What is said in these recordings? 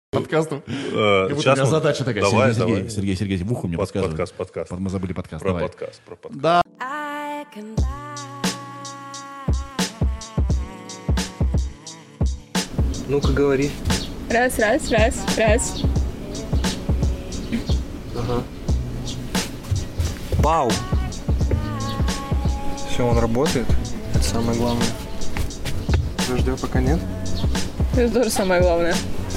Подкасту. У меня задача такая. Давай, Сергей, в ухо мне подсказывает. Подкаст. Мы забыли подкаст. Про давай. подкаст. Да. Ну-ка, говори. Раз. Ага. Пау! Все, он работает. Это самое главное. Дождя пока нет. Это тоже самое главное.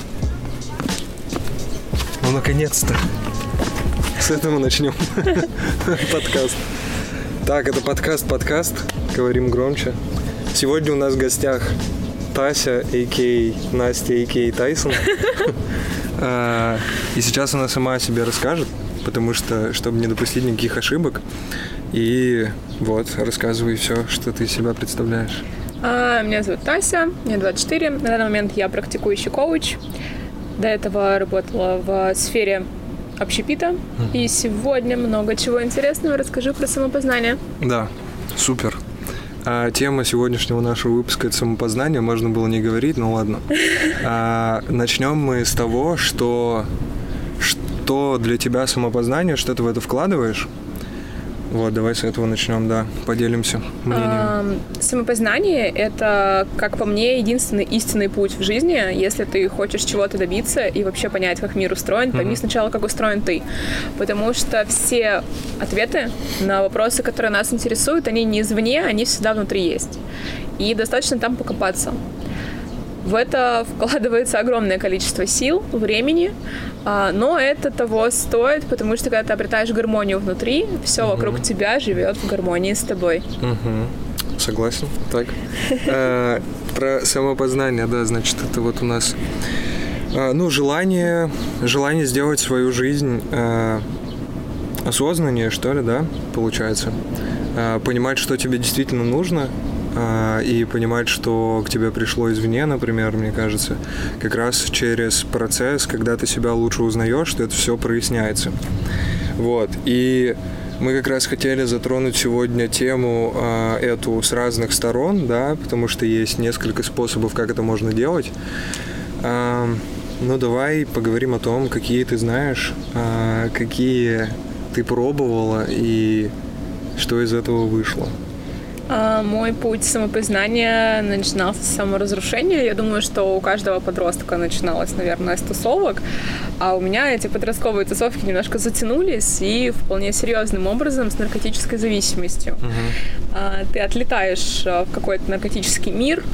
Ну, наконец-то. С этого начнем подкаст. Так, это подкаст. Говорим громче. Сегодня у нас в гостях Тася, а.к.а. Настя, а.к.а. Тайсон. И сейчас она сама о себе расскажет, потому что, чтобы не допустить никаких ошибок. И вот, рассказывай все, что ты из себя представляешь. Меня зовут Тася, мне 24. На данный момент я практикующий коуч. До этого работала в сфере общепита. И сегодня много чего интересного расскажу про самопознание. Да, супер. Тема сегодняшнего нашего выпуска – это самопознание. Можно было не говорить, но ладно. Начнем мы с того, что для тебя самопознание, что ты в это вкладываешь. Вот, давай с этого начнем, да, поделимся мнением. Самопознание – это, как по мне, единственный истинный путь в жизни. Если ты хочешь чего-то добиться и вообще понять, как мир устроен, пойми сначала, как устроен ты. Потому что все ответы на вопросы, которые нас интересуют, они не извне, они всегда внутри есть. И достаточно там покопаться. В это вкладывается огромное количество сил, времени, но это того стоит, потому что когда ты обретаешь гармонию внутри, все вокруг тебя живет в гармонии с тобой. Согласен. Так. Про самопознание, да, значит, это вот у нас желание сделать свою жизнь осознаннее, что ли, да, получается. Понимать, что тебе действительно нужно, и понимать, что к тебе пришло извне, например, мне кажется, как раз через процесс, когда ты себя лучше узнаешь, что это все проясняется. Вот. И мы как раз хотели затронуть сегодня тему эту с разных сторон, да, потому что есть несколько способов, как это можно делать. Ну, давай поговорим о том, какие ты знаешь, какие ты пробовала и что из этого вышло. Мой путь самопознания начинался с саморазрушения. Я думаю, что у каждого подростка начиналось, наверное, с тусовок. А у меня эти подростковые тусовки немножко затянулись и вполне серьезным образом с наркотической зависимостью. Ты отлетаешь в какой-то наркотический мир,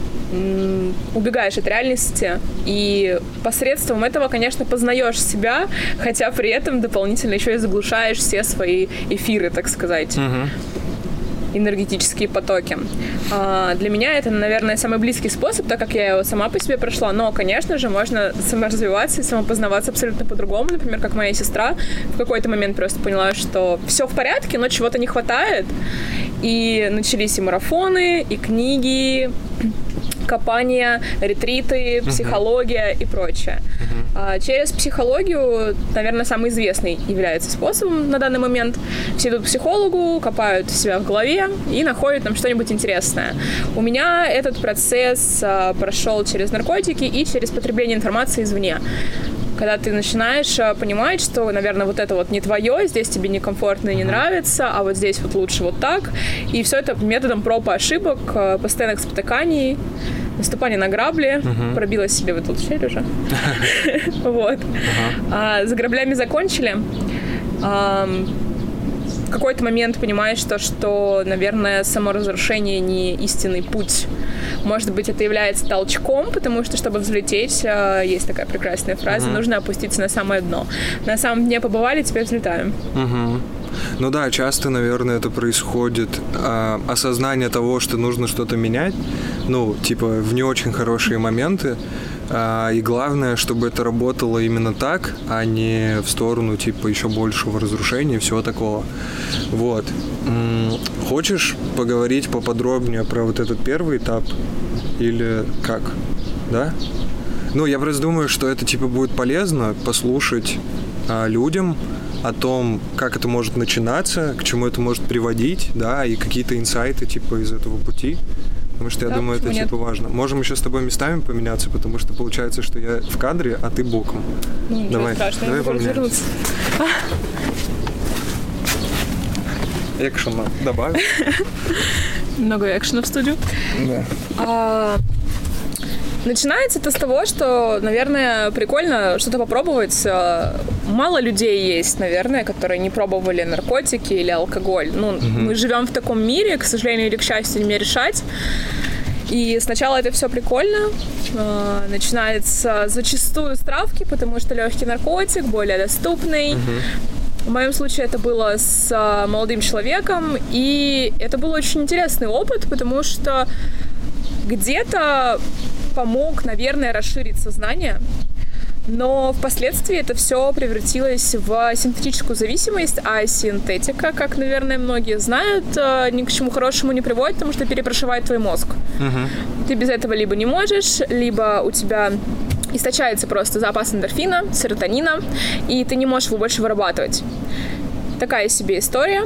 убегаешь от реальности и посредством этого, конечно, познаешь себя, хотя при этом дополнительно еще и заглушаешь все свои эфиры, так сказать. Энергетические потоки. Для меня это, наверное, самый близкий способ, так как я его сама по себе прошла, но, конечно же, можно саморазвиваться и самопознаваться абсолютно по-другому. Например, как моя сестра в какой-то момент просто поняла, что все в порядке, но чего-то не хватает. И начались и марафоны, и книги, копания, ретриты, психология и прочее. Через психологию, наверное, самый известный является способом на данный момент. Все идут к психологу, копают себя в голове и находят там что-нибудь интересное. У меня этот процесс прошел через наркотики и через потребление информации извне. Когда ты начинаешь понимать, что, наверное, вот это вот не твое, здесь тебе некомфортно и не нравится, а вот здесь вот лучше вот так. И все это методом проб и ошибок, постоянных спотыканий, наступания на грабли. Пробила себе в эту щель уже. Вот. За граблями закончили. В какой-то момент понимаешь, что, наверное, саморазрушение не истинный путь. Может быть, это является толчком, потому что, чтобы взлететь, есть такая прекрасная фраза, нужно опуститься на самое дно. На самом дне побывали, теперь взлетаем. Ну да, часто, наверное, это происходит осознание того, что нужно что-то менять, ну, типа, в не очень хорошие моменты. И главное, чтобы это работало именно так, а не в сторону, типа, еще большего разрушения и всего такого. Вот. Хочешь поговорить поподробнее про вот этот первый этап? Или как? Да? Ну, я просто думаю, что это, типа, будет полезно послушать людям о том, как это может начинаться, к чему это может приводить, да, и какие-то инсайты, типа, из этого пути. потому что я думаю, это типа важно. Можем еще с тобой местами поменяться, потому что получается, что я в кадре, а ты боком. Ну, давай поменяемся. Экшена добавим. Много экшена в студию. Да. Начинается это с того, что, наверное, прикольно что-то попробовать. Мало людей есть, наверное, которые не пробовали наркотики или алкоголь. Мы живем в таком мире, к сожалению или к счастью, не мне решать. И сначала это все прикольно. Начинается зачастую с травки, потому что легкий наркотик, более доступный. В моем случае это было с молодым человеком, и это был очень интересный опыт, потому что где-то помог, наверное, расширить сознание, но впоследствии это все превратилось в синтетическую зависимость, а синтетика, как, наверное, многие знают, ни к чему хорошему не приводит, потому что перепрошивает твой мозг. Ты без этого либо не можешь, либо у тебя источается просто запас эндорфина, серотонина, и ты не можешь его больше вырабатывать. Такая себе история,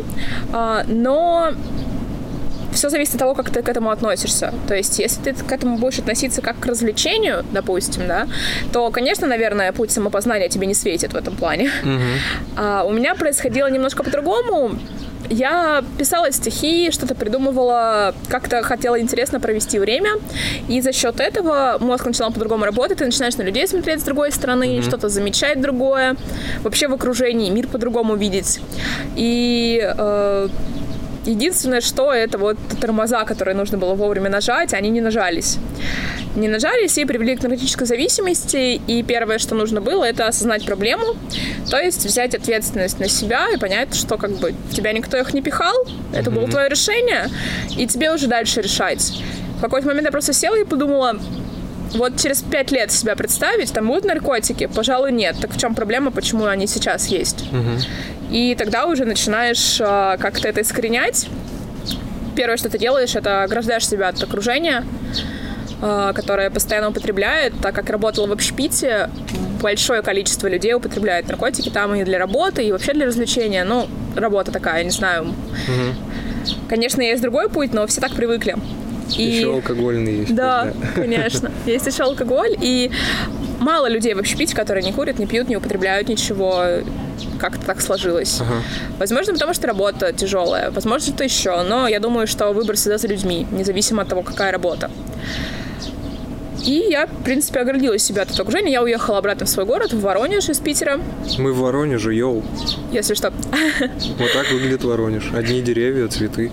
но все зависит от того, как ты к этому относишься. То есть, если ты к этому будешь относиться как к развлечению, допустим, да, то, конечно, наверное, путь самопознания тебе не светит в этом плане. У меня происходило немножко по-другому. Я писала стихи, что-то придумывала, как-то хотела интересно провести время, и за счет этого мозг начинал по-другому работать, ты начинаешь на людей смотреть с другой стороны, что-то замечать другое, вообще в окружении мир по-другому видеть. И единственное, что это вот тормоза, которые нужно было вовремя нажать, они не нажались. Не нажались и привели к наркотической зависимости. И первое, что нужно было, это осознать проблему, то есть взять ответственность на себя и понять, что как бы тебя никто их не пихал, это было твое решение, и тебе уже дальше решать. В какой-то момент я просто села и подумала, вот через 5 лет себя представить, там будут наркотики? Пожалуй, нет. Так в чем проблема, почему они сейчас есть? И тогда уже начинаешь как-то это искоренять. Первое, что ты делаешь, это ограждаешь себя от окружения, которое постоянно употребляет. Так как работала в общепите, большое количество людей употребляет наркотики там и для работы, и вообще для развлечения. Ну, работа такая, не знаю. Конечно, есть другой путь, но все так привыкли. Еще алкогольный есть. Да, конечно. Есть еще алкоголь, и мало людей в общепите, которые не курят, не пьют, не употребляют ничего. Как-то так сложилось. Возможно, потому что работа тяжелая, возможно, что-то еще, но я думаю, что выбор всегда за людьми, независимо от того, какая работа. И я, в принципе, оградила себя от окружения. Я уехала обратно в свой город, в Воронеж из Питера. Мы в Воронеже, йоу. Если что. Вот так выглядит Воронеж. Одни деревья, цветы.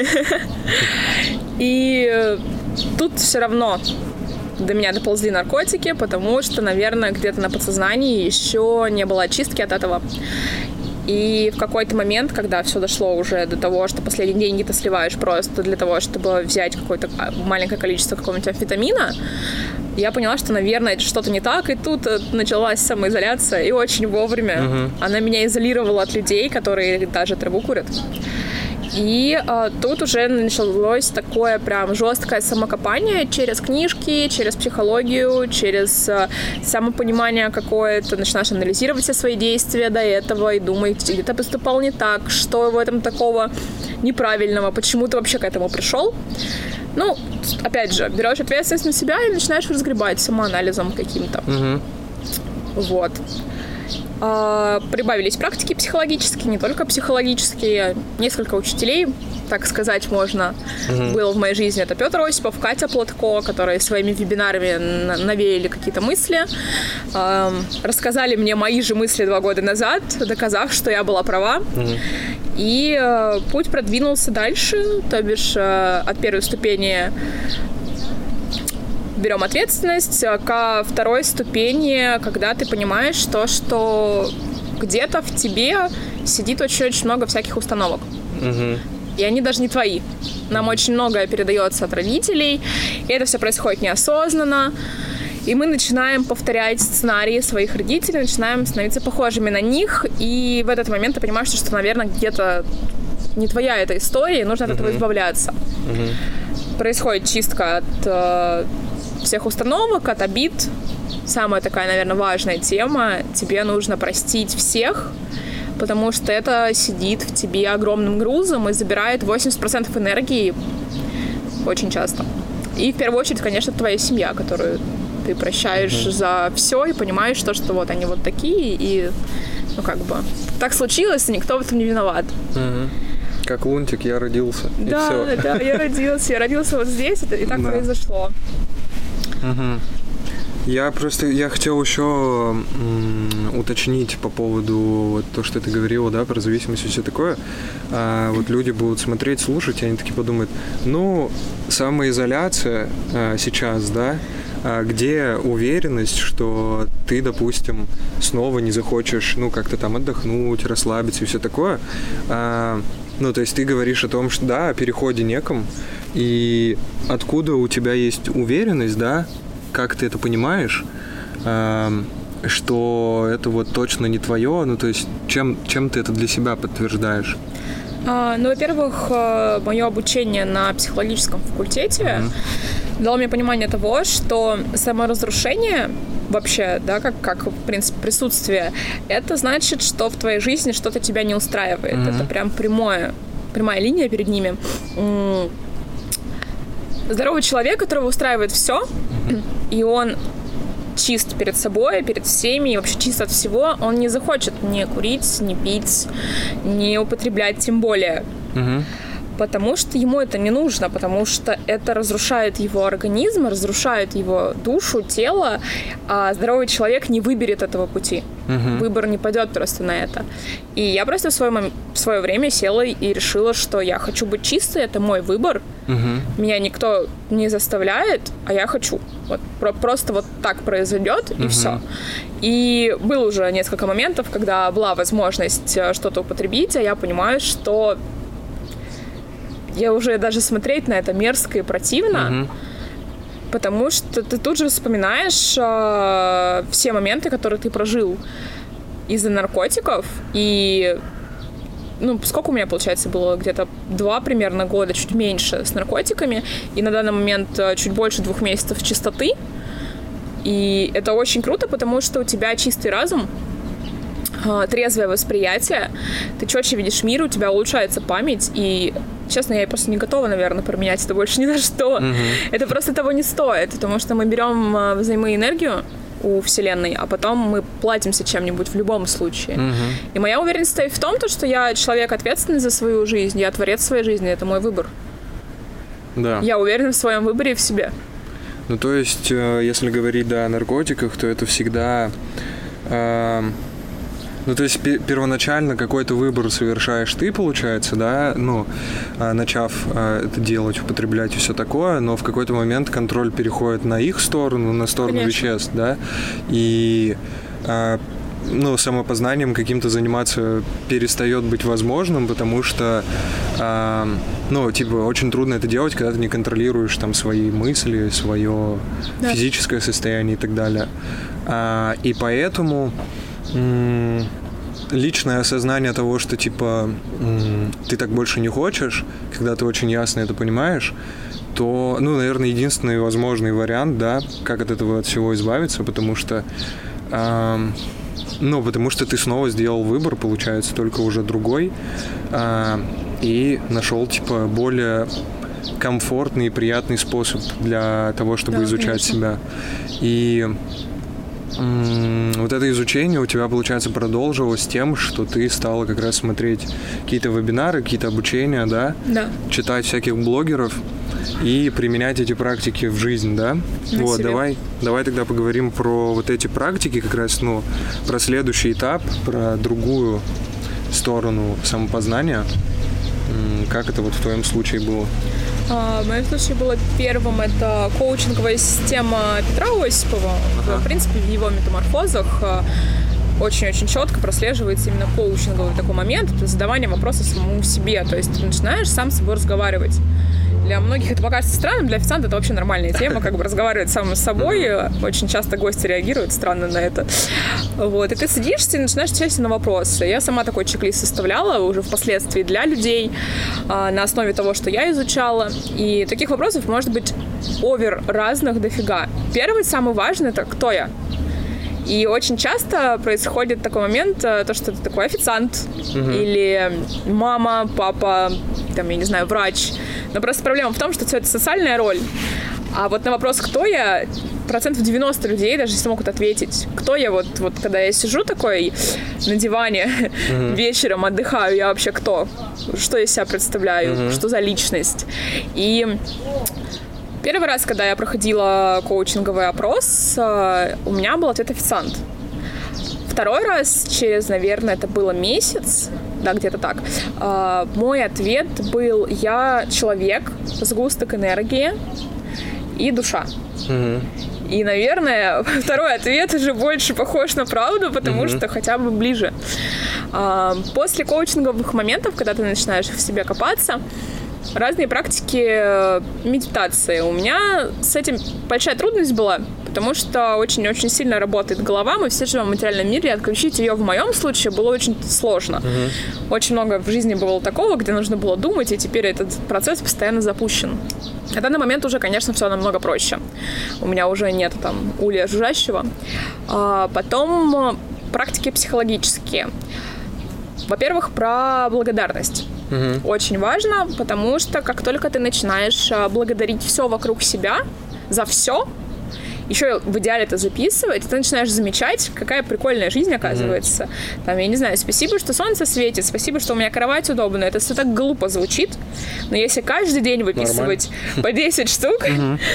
И тут все равно до меня доползли наркотики, потому что, наверное, где-то на подсознании еще не было очистки от этого. И в какой-то момент, когда все дошло уже до того, что последние деньги ты сливаешь просто для того, чтобы взять какое-то маленькое количество какого-нибудь амфетамина, я поняла, что, наверное, что-то не так, и тут началась самоизоляция, и очень вовремя. Она меня изолировала от людей, которые даже траву курят. И тут уже началось такое прям жесткое самокопание через книжки, через психологию, через самопонимание какое-то. Начинаешь анализировать все свои действия до этого и думать, где ты поступал не так, что в этом такого неправильного, почему ты вообще к этому пришел. Ну, опять же, берешь ответственность на себя и начинаешь разгребать самоанализом каким-то. Вот. Прибавились практики психологические, не только психологические. Несколько учителей, так сказать можно, было в моей жизни. Это Петр Осипов, Катя Платко, которые своими вебинарами навеяли какие-то мысли, рассказали мне мои же мысли 2 года назад, доказав, что я была права. И путь продвинулся дальше, то бишь от первой ступени берем ответственность, ко второй ступени, когда ты понимаешь то, что где-то в тебе сидит очень-очень много всяких установок. И они даже не твои. Нам очень многое передается от родителей, и это все происходит неосознанно. И мы начинаем повторять сценарии своих родителей, начинаем становиться похожими на них, и в этот момент ты понимаешь, что, наверное, где-то не твоя эта история, и нужно от этого избавляться. Происходит чистка от всех установок, от обид. Самая такая, наверное, важная тема. Тебе нужно простить всех, потому что это сидит в тебе огромным грузом и забирает 80% энергии очень часто. И в первую очередь, конечно, твоя семья, которую ты прощаешь за все и понимаешь, что вот они вот такие, и, ну, как бы, так случилось, и никто в этом не виноват. Как лунтик, я родился, и все. Да, я родился вот здесь, и так произошло. Я хотел еще уточнить по поводу вот то, что ты говорила, да, про зависимость и все такое. Вот люди будут смотреть, слушать, и они такие подумают, ну, самоизоляция сейчас, да, где уверенность, что ты, допустим, снова не захочешь, ну, как-то там отдохнуть, расслабиться и все такое. Ну, то есть ты говоришь о том, что, да, о переходе неком, и откуда у тебя есть уверенность, да, как ты это понимаешь, что это вот точно не твое, ну, то есть чем ты это для себя подтверждаешь? Ну, во-первых, мое обучение на психологическом факультете дало мне понимание того, что саморазрушение вообще, да, как в принципе, присутствие, это значит, что в твоей жизни что-то тебя не устраивает. Это прям прямая линия перед ними. Здоровый человек, которого устраивает все, и он чист перед собой, перед всеми, и вообще чист от всего, он не захочет ни курить, ни пить, ни употреблять, тем более. Потому что ему это не нужно, потому что это разрушает его организм, разрушает его душу, тело, а здоровый человек не выберет этого пути. Выбор не пойдет просто на это. И я просто в свое время села и решила, что я хочу быть чистой, это мой выбор. Меня никто не заставляет, а я хочу. Вот, просто вот так произойдет, и все. И было уже несколько моментов, когда была возможность что-то употребить, а я понимаю, что я уже даже смотреть на это мерзко и противно, потому что ты тут же вспоминаешь все моменты, которые ты прожил из-за наркотиков. И, ну, сколько у меня, получается, было? Где-то 2 примерно года, чуть меньше, с наркотиками. И на данный момент чуть больше 2 месяцев чистоты. И это очень круто, потому что у тебя чистый разум, трезвое восприятие, ты четче видишь мир, у тебя улучшается память, и, честно, я просто не готова, наверное, променять это больше ни на что. Это просто того не стоит, потому что мы берем взаимоэнергию у Вселенной, а потом мы платимся чем-нибудь в любом случае. И моя уверенность стоит в том, что я человек ответственный за свою жизнь, я творец своей жизни, это мой выбор. Да. Я уверена в своем выборе и в себе. Ну, то есть, если говорить, да, о наркотиках, то это всегда... Ну, то есть первоначально какой-то выбор совершаешь ты, получается, да, ну, начав это делать, употреблять и все такое, но в какой-то момент контроль переходит на их сторону, на сторону Конечно. Веществ, да, и, ну, самопознанием каким-то заниматься перестает быть возможным, потому что, ну, типа, очень трудно это делать, когда ты не контролируешь там свои мысли, свое физическое состояние и так далее. И поэтому... личное осознание того, что, типа, ты так больше не хочешь, когда ты очень ясно это понимаешь, то, ну, наверное, единственный возможный вариант, да, как от этого от всего избавиться, потому что, ну, потому что ты снова сделал выбор, получается, только уже другой, и нашел, типа, более комфортный и приятный способ для того, чтобы изучать себя. И вот это изучение у тебя, получается, продолжилось тем, что ты стала как раз смотреть какие-то вебинары, какие-то обучения, да? Да. Читать всяких блогеров и применять эти практики в жизнь, да? Вот, давай тогда поговорим про вот эти практики, как раз, ну, про следующий этап, про другую сторону самопознания. Как это вот в твоем случае было? В моем случае было первым это коучинговая система Петра Осипова. В принципе, в его метаморфозах очень-очень четко прослеживается именно коучинговый такой момент, это задавание вопроса самому себе. То есть ты начинаешь сам с собой разговаривать. Для многих это покажется странным, для официанта это вообще нормальная тема, как бы разговаривать сам с собой. Очень часто гости реагируют странно на это. Вот. И ты садишься и начинаешь отвечать на вопросы. Я сама такой чек-лист составляла уже впоследствии для людей на основе того, что я изучала. И таких вопросов может быть разных дофига. Первый, самый важный, это «Кто я?». И очень часто происходит такой момент, то, что ты такой официант или мама, папа, там, я не знаю, врач. Но просто проблема в том, что все это социальная роль. А вот на вопрос, кто я, 90% людей даже не смогут ответить. Кто я вот когда я сижу такой на диване вечером, отдыхаю, я вообще кто? Что я из себя представляю? Что за личность? И первый раз, когда я проходила коучинговый опрос, у меня был ответ официант. Второй раз, через, наверное, это было месяц, да, где-то так, мой ответ был: я человек, сгусток энергии и душа. И, наверное, второй ответ уже больше похож на правду, потому что хотя бы ближе. После коучинговых моментов, когда ты начинаешь в себе копаться, разные практики медитации. У меня с этим большая трудность была, потому что очень-очень сильно работает голова. Мы все живем в материальном мире, и отключить ее в моем случае было очень сложно. Очень много в жизни было такого, где нужно было думать, и теперь этот процесс постоянно запущен. На данный момент уже, конечно, все намного проще. У меня уже нет там улья жужжащего. Потом практики психологические. Во-первых, про благодарность. Очень важно, потому что как только ты начинаешь благодарить все вокруг себя за все, еще в идеале это записывать, ты начинаешь замечать, какая прикольная жизнь оказывается. Там, я не знаю, спасибо, что солнце светит, спасибо, что у меня кровать удобная. Это все так глупо звучит, но если каждый день выписывать по 10 штук,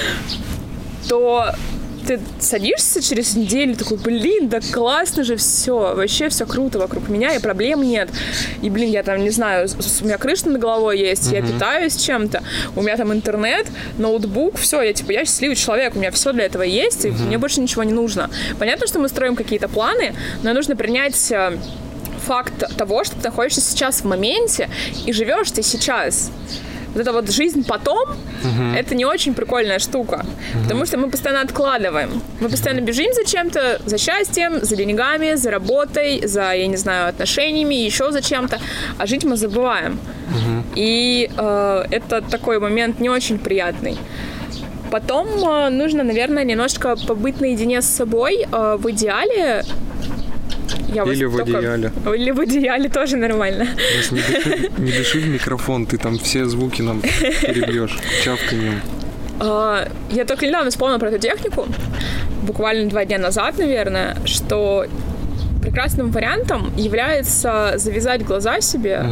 то ты садишься через неделю, такой: блин, да классно же все, вообще все круто вокруг меня, и проблем нет. И, блин, я там, не знаю, у меня крыша над головой есть, я питаюсь чем-то, у меня там интернет, ноутбук, все, я счастливый человек, у меня все для этого есть, и мне больше ничего не нужно. Понятно, что мы строим какие-то планы, но нужно принять факт того, что ты находишься сейчас в моменте, и живешь ты сейчас. Вот эта вот жизнь потом, это не очень прикольная штука, потому что мы постоянно откладываем. Мы постоянно бежим за чем-то, за счастьем, за деньгами, за работой, за, я не знаю, отношениями, еще за чем-то, а жить мы забываем. И это такой момент не очень приятный. Потом нужно, наверное, немножко побыть наедине с собой. В идеале... Или в одеяле. Или в одеяле тоже нормально. Не дыши в микрофон, ты там все звуки нам перебьешь чавканьем. Я только недавно вспомнила про эту технику, буквально 2 дня назад, наверное, что прекрасным вариантом является завязать глаза себе,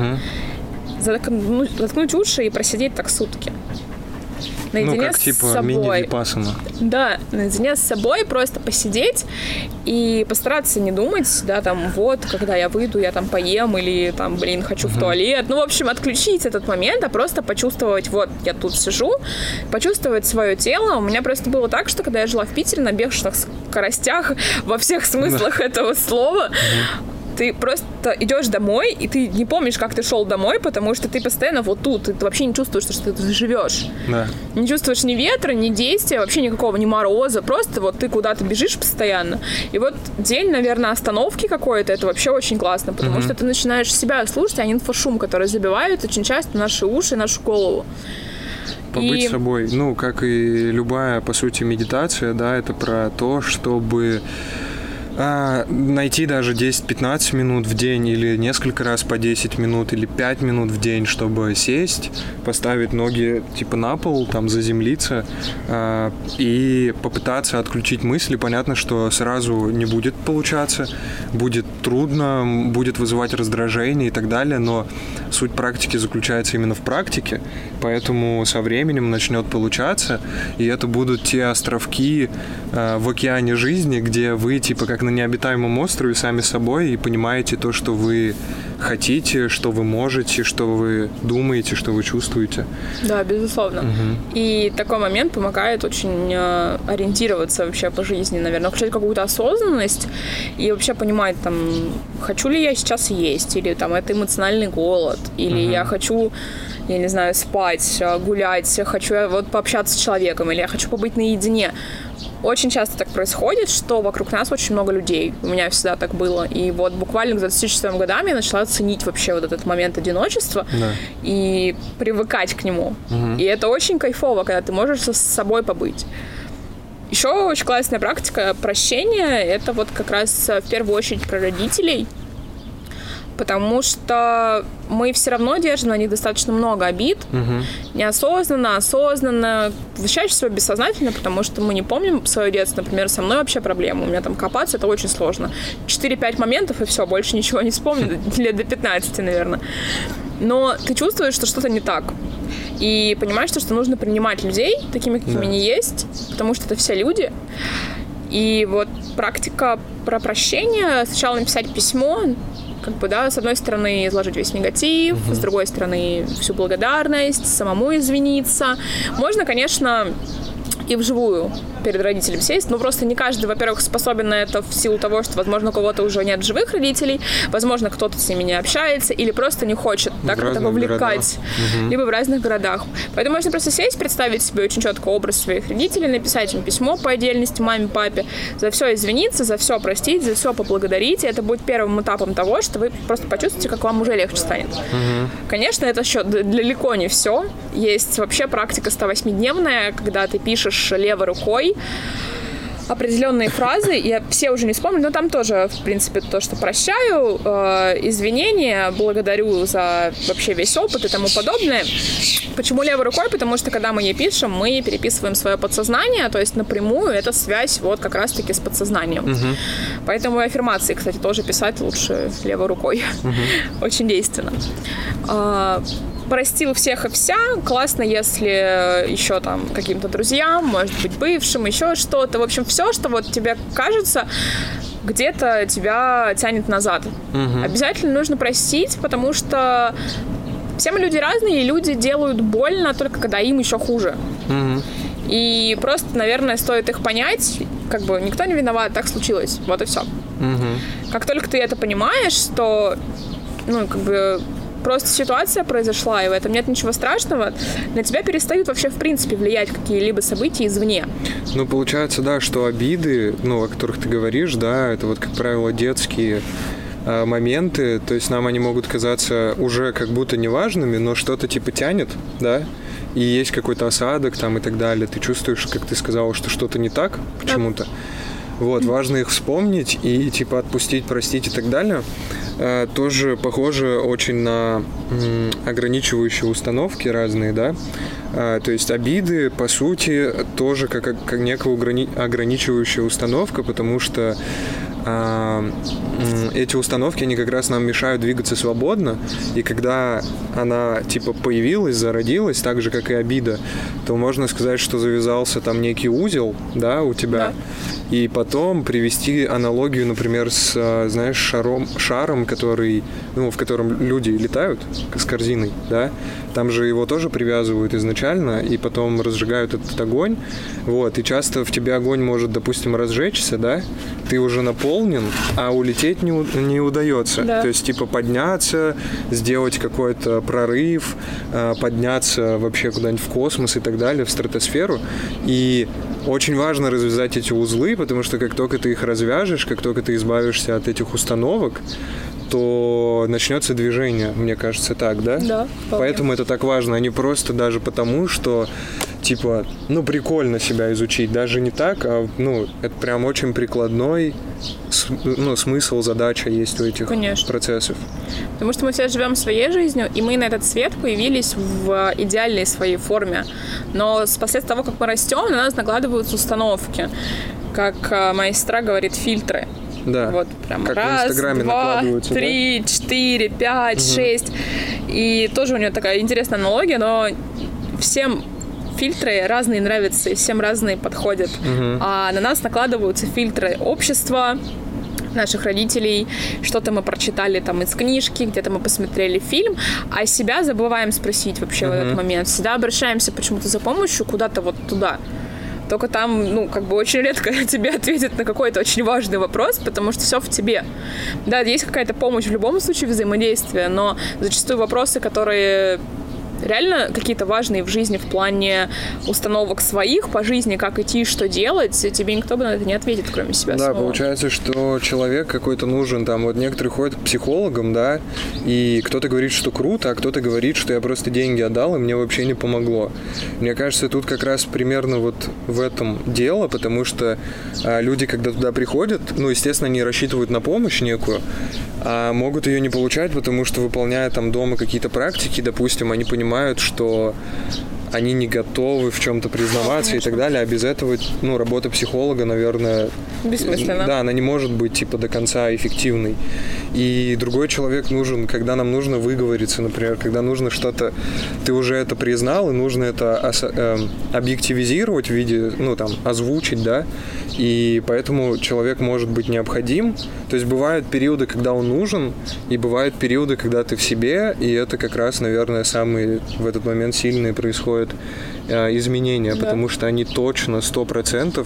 заткнуть уши и просидеть так сутки. Наедине как типа мини-випассана. Да, наедине с собой просто посидеть и постараться не думать, да, там, вот, когда я выйду, я там поем или там, блин, хочу в туалет. Ну, в общем, отключить этот момент, а просто почувствовать, вот, я тут сижу, почувствовать свое тело. У меня просто было так, что когда я жила в Питере на бешеных скоростях во всех смыслах этого слова, ты просто идешь домой, и ты не помнишь, как ты шел домой, потому что ты постоянно вот тут, ты вообще не чувствуешь, что ты тут живешь. Да. Не чувствуешь ни ветра, ни действия, вообще никакого, ни мороза, просто вот ты куда-то бежишь постоянно. И вот день, наверное, остановки какой-то, это вообще очень классно, потому что ты начинаешь себя слушать, а не инфошум, который забивает очень часто наши уши, нашу голову. Побыть собой, ну, как и любая, по сути, медитация, да, это про то, чтобы... найти даже 10-15 минут в день или несколько раз по 10 минут или 5 минут в день, чтобы сесть, поставить ноги типа на пол, там заземлиться и попытаться отключить мысли. Понятно, что сразу не будет получаться, будет трудно, будет вызывать раздражение и так далее, но суть практики заключается именно в практике, поэтому со временем начнет получаться, и это будут те островки в океане жизни, где вы типа как на необитаемом острове сами собой и понимаете то, что вы хотите, что вы можете, что вы думаете, что вы чувствуете. Да, безусловно. И такой момент помогает очень ориентироваться вообще по жизни, наверное, включать какую-то осознанность и вообще понимать, там, хочу ли я сейчас есть, или там это эмоциональный голод, или я хочу, я не знаю, спать, гулять, хочу я вот пообщаться с человеком, или я хочу побыть наедине. Очень часто так происходит, что вокруг нас очень много людей. У меня всегда так было. И вот буквально к 24 годам я начала ценить вообще вот этот момент одиночества и привыкать к нему. И это очень кайфово, когда ты можешь с собой побыть. Еще очень классная практика прощения. Это вот как раз в первую очередь про родителей. потому что мы все равно держим на них достаточно много обид, неосознанно, осознанно, чаще всего бессознательно, потому что мы не помним свое детство. Например, со мной вообще проблема, у меня там копаться, это очень сложно. 4-5 моментов, и все, больше ничего не вспомню, лет до 15, наверное. Но ты чувствуешь, что что-то не так. И понимаешь, что нужно принимать людей такими, какими они есть, потому что это все люди. И вот практика про прощение. Сначала написать письмо, как бы, да, с одной стороны изложить весь негатив, с другой стороны всю благодарность, самому извиниться. Можно, конечно, и вживую перед родителем сесть, но просто не каждый, во-первых, способен на это в силу того, что, возможно, у кого-то уже нет живых родителей, возможно, кто-то с ними не общается или просто не хочет так это вовлекать, либо в разных городах. Поэтому можно просто сесть, представить себе очень четко образ своих родителей, написать им письмо по отдельности маме, папе, за все извиниться, за все простить, за все поблагодарить, и это будет первым этапом того, что вы просто почувствуете, как вам уже легче станет. Конечно, это еще далеко не все. Есть вообще практика 108-дневная, когда ты пишешь левой рукой определенные фразы, я все уже не вспомню, но там тоже, в принципе, то, что прощаю, извинения, благодарю за вообще весь опыт и тому подобное. Почему левой рукой? Потому что, когда мы ей пишем, мы переписываем свое подсознание, то есть напрямую это связь вот как раз-таки с подсознанием. Поэтому и аффирмации, кстати, тоже писать лучше левой рукой. Очень действенно. Простил всех и вся. Классно, если еще там каким-то друзьям, может быть, бывшим, еще что-то. В общем, все, что вот тебе кажется, где-то тебя тянет назад. Обязательно нужно простить, потому что все мы люди разные, и люди делают больно только когда им еще хуже. И просто, наверное, стоит их понять, как бы никто не виноват, так случилось. Вот и все. Как только ты это понимаешь, что, ну, как бы просто ситуация произошла, и в этом нет ничего страшного, на тебя перестают вообще, в принципе, влиять какие-либо события извне. Ну, получается, да, что обиды, ну, о которых ты говоришь, да, это вот, как правило, детские моменты, то есть нам они могут казаться уже как будто неважными, но что-то типа тянет, да, и есть какой-то осадок там и так далее. Ты чувствуешь, как ты сказала, что что-то не так почему-то. Вот, важно их вспомнить и типа отпустить, простить и так далее. Тоже похоже очень на ограничивающие установки разные, да. То есть обиды, по сути, тоже как некая ограничивающая установка, потому что эти установки, они как раз нам мешают двигаться свободно, и когда она типа появилась, зародилась, так же, как и обида, то можно сказать, что завязался там некий узел, да, у тебя, и потом привести аналогию, например, с, знаешь, шаром, который, ну, в котором люди летают, с корзиной, да, там же его тоже привязывают изначально, и потом разжигают этот огонь, вот, и часто в тебе огонь может, допустим, разжечься, да, ты уже наполнен, а улететь не удается. Да. То есть, типа, подняться, сделать какой-то прорыв, подняться вообще куда-нибудь в космос и так далее, в стратосферу. И очень важно развязать эти узлы, потому что как только ты их развяжешь, как только ты избавишься от этих установок, то начнется движение, мне кажется, так, да? Да. Поэтому это так важно, а не просто даже потому, что, типа, ну, прикольно себя изучить, даже не так, а, ну, это прям очень прикладной, ну, смысл, задача есть у этих процессов. Потому что мы все живем своей жизнью, и мы на этот свет появились в идеальной своей форме. Но после того, как мы растем, на нас накладываются установки. Как моя сестра говорит, фильтры. Да. Вот прям как раз, два, 3, 4, 5, 6. И тоже у нее такая интересная аналогия, но всем фильтры разные нравятся, и всем разные подходят. А на нас накладываются фильтры общества, наших родителей, что-то мы прочитали там из книжки, где-то мы посмотрели фильм, а себя забываем спросить вообще в этот момент. Всегда обращаемся почему-то за помощью куда-то вот туда. Только там, ну, как бы очень редко тебе ответят на какой-то очень важный вопрос, потому что все в тебе. Да, есть какая-то помощь в любом случае взаимодействия, но зачастую вопросы, которые реально какие-то важные в жизни в плане установок своих по жизни, как идти, что делать, тебе никто бы на это не ответит, кроме себя самого. Да, получается, что человек какой-то нужен, там, вот некоторые ходят к психологам, да, и кто-то говорит, что круто, а кто-то говорит, что я просто деньги отдал, и мне вообще не помогло. Мне кажется, тут как раз примерно вот в этом дело, потому что люди, когда туда приходят, ну, естественно, они рассчитывают на помощь некую, а могут ее не получать, потому что, выполняя там дома какие-то практики, допустим, они понимают, что они не готовы в чем-то признаваться и так далее, а без этого, ну, работа психолога, наверное... Бессмысленно. Да, она не может быть, типа, до конца эффективной. И другой человек нужен, когда нам нужно выговориться, например, когда нужно что-то... Ты уже это признал, и нужно это объективизировать в виде, ну, там, озвучить, да, и поэтому человек может быть необходим. То есть бывают периоды, когда он нужен, и бывают периоды, когда ты в себе, и это как раз, наверное, самые в этот момент сильные происходят изменения, да. Потому что они точно 100%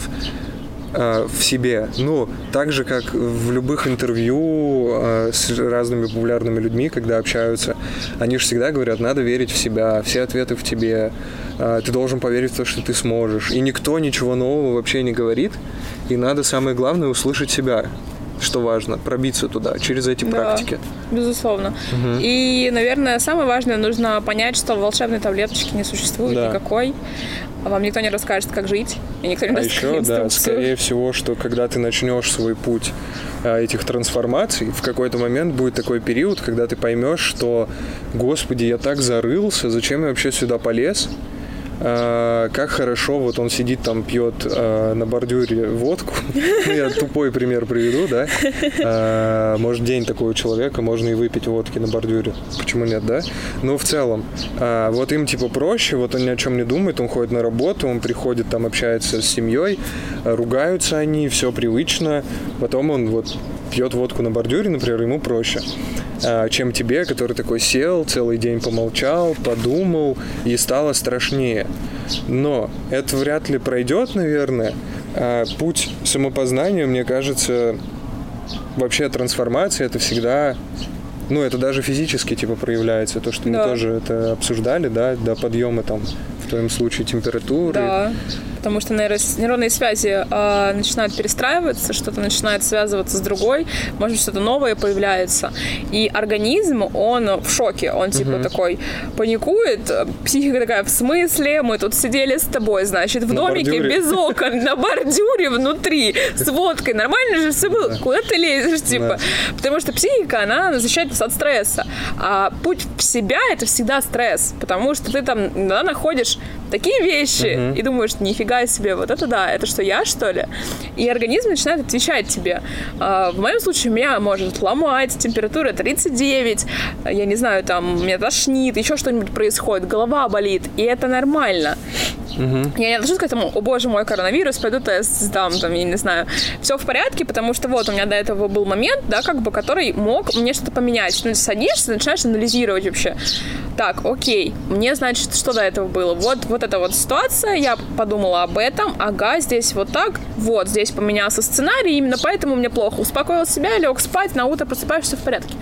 в себе. Ну, так же, как в любых интервью с разными популярными людьми, когда общаются, они же всегда говорят, надо верить в себя, все ответы в тебе, ты должен поверить в то, что ты сможешь. И никто ничего нового вообще не говорит, и надо, самое главное, услышать себя. Что важно, пробиться туда, через эти практики. Безусловно. Угу. И, наверное, самое важное, нужно понять, что волшебной таблеточки не существует никакой. Вам никто не расскажет, как жить, и никто не даст еще, инструкцию. Да, скорее всего, что когда ты начнешь свой путь этих трансформаций, в какой-то момент будет такой период, когда ты поймешь, что, господи, я так зарылся, зачем я вообще сюда полез? Как хорошо, вот он сидит там, пьет на бордюре водку. Я тупой пример приведу, да. Может, день такой у человека, можно и выпить водки на бордюре. Почему нет, да? Но в целом, вот им типа проще, вот он ни о чем не думает, он ходит на работу, он приходит, там общается с семьей, ругаются они, все привычно. Потом он вот пьет водку на бордюре, например, ему проще, чем тебе, который такой сел, целый день помолчал, подумал, и стало страшнее. Но это вряд ли пройдет, наверное. Путь самопознания, мне кажется, вообще трансформация, это всегда... Ну, это даже физически, типа, проявляется. То, что мы тоже это обсуждали, да, до подъема, там, в твоем случае, температуры. Да, потому что нейронные связи начинают перестраиваться, что-то начинает связываться с другой, может, что-то новое появляется. И организм, он в шоке, он, типа, такой паникует. Психика такая, в смысле? Мы тут сидели с тобой, значит, в домике без окон, на бордюре внутри, с водкой. Нормально же все было? Куда ты лезешь, типа? Потому что психика, она защищает нас от стресса. А путь в себя — это всегда стресс, потому что ты там находишь такие вещи и думаешь, нифига себе, вот это да, это что, я, что ли? И организм начинает отвечать тебе. В моем случае меня может ломать, температура 39, я не знаю, там, меня тошнит, еще что-нибудь происходит, голова болит, и это нормально. Я не отношусь к этому, о боже мой, коронавирус, пойду тест сдам, там, я не знаю. Все в порядке, потому что вот у меня до этого был момент, да, как бы, который мог мне что-то поменять. Ну, ты садишься, начинаешь анализировать вообще. Так, окей, мне, значит, что до этого было? Вот эта вот ситуация, я подумала об этом, ага, здесь вот так, вот, здесь поменялся сценарий, именно поэтому мне плохо. Успокоил себя, лег спать, на утро просыпаешься, все в порядке.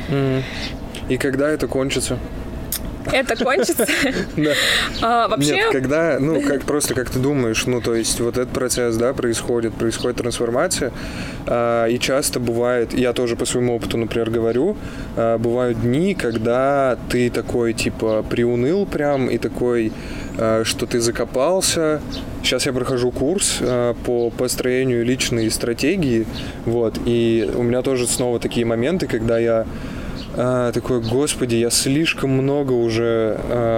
И когда это кончится? Это кончится? Да. Вообще... Нет, когда, ну, просто как ты думаешь, ну, то есть вот этот процесс, да, происходит трансформация, и часто бывает, я тоже по своему опыту, например, говорю, бывают дни, когда ты такой, типа, приуныл прям, и такой, что ты закопался. Сейчас я прохожу курс по построению личной стратегии, вот, и у меня тоже снова такие моменты, когда я такой, господи, я слишком много уже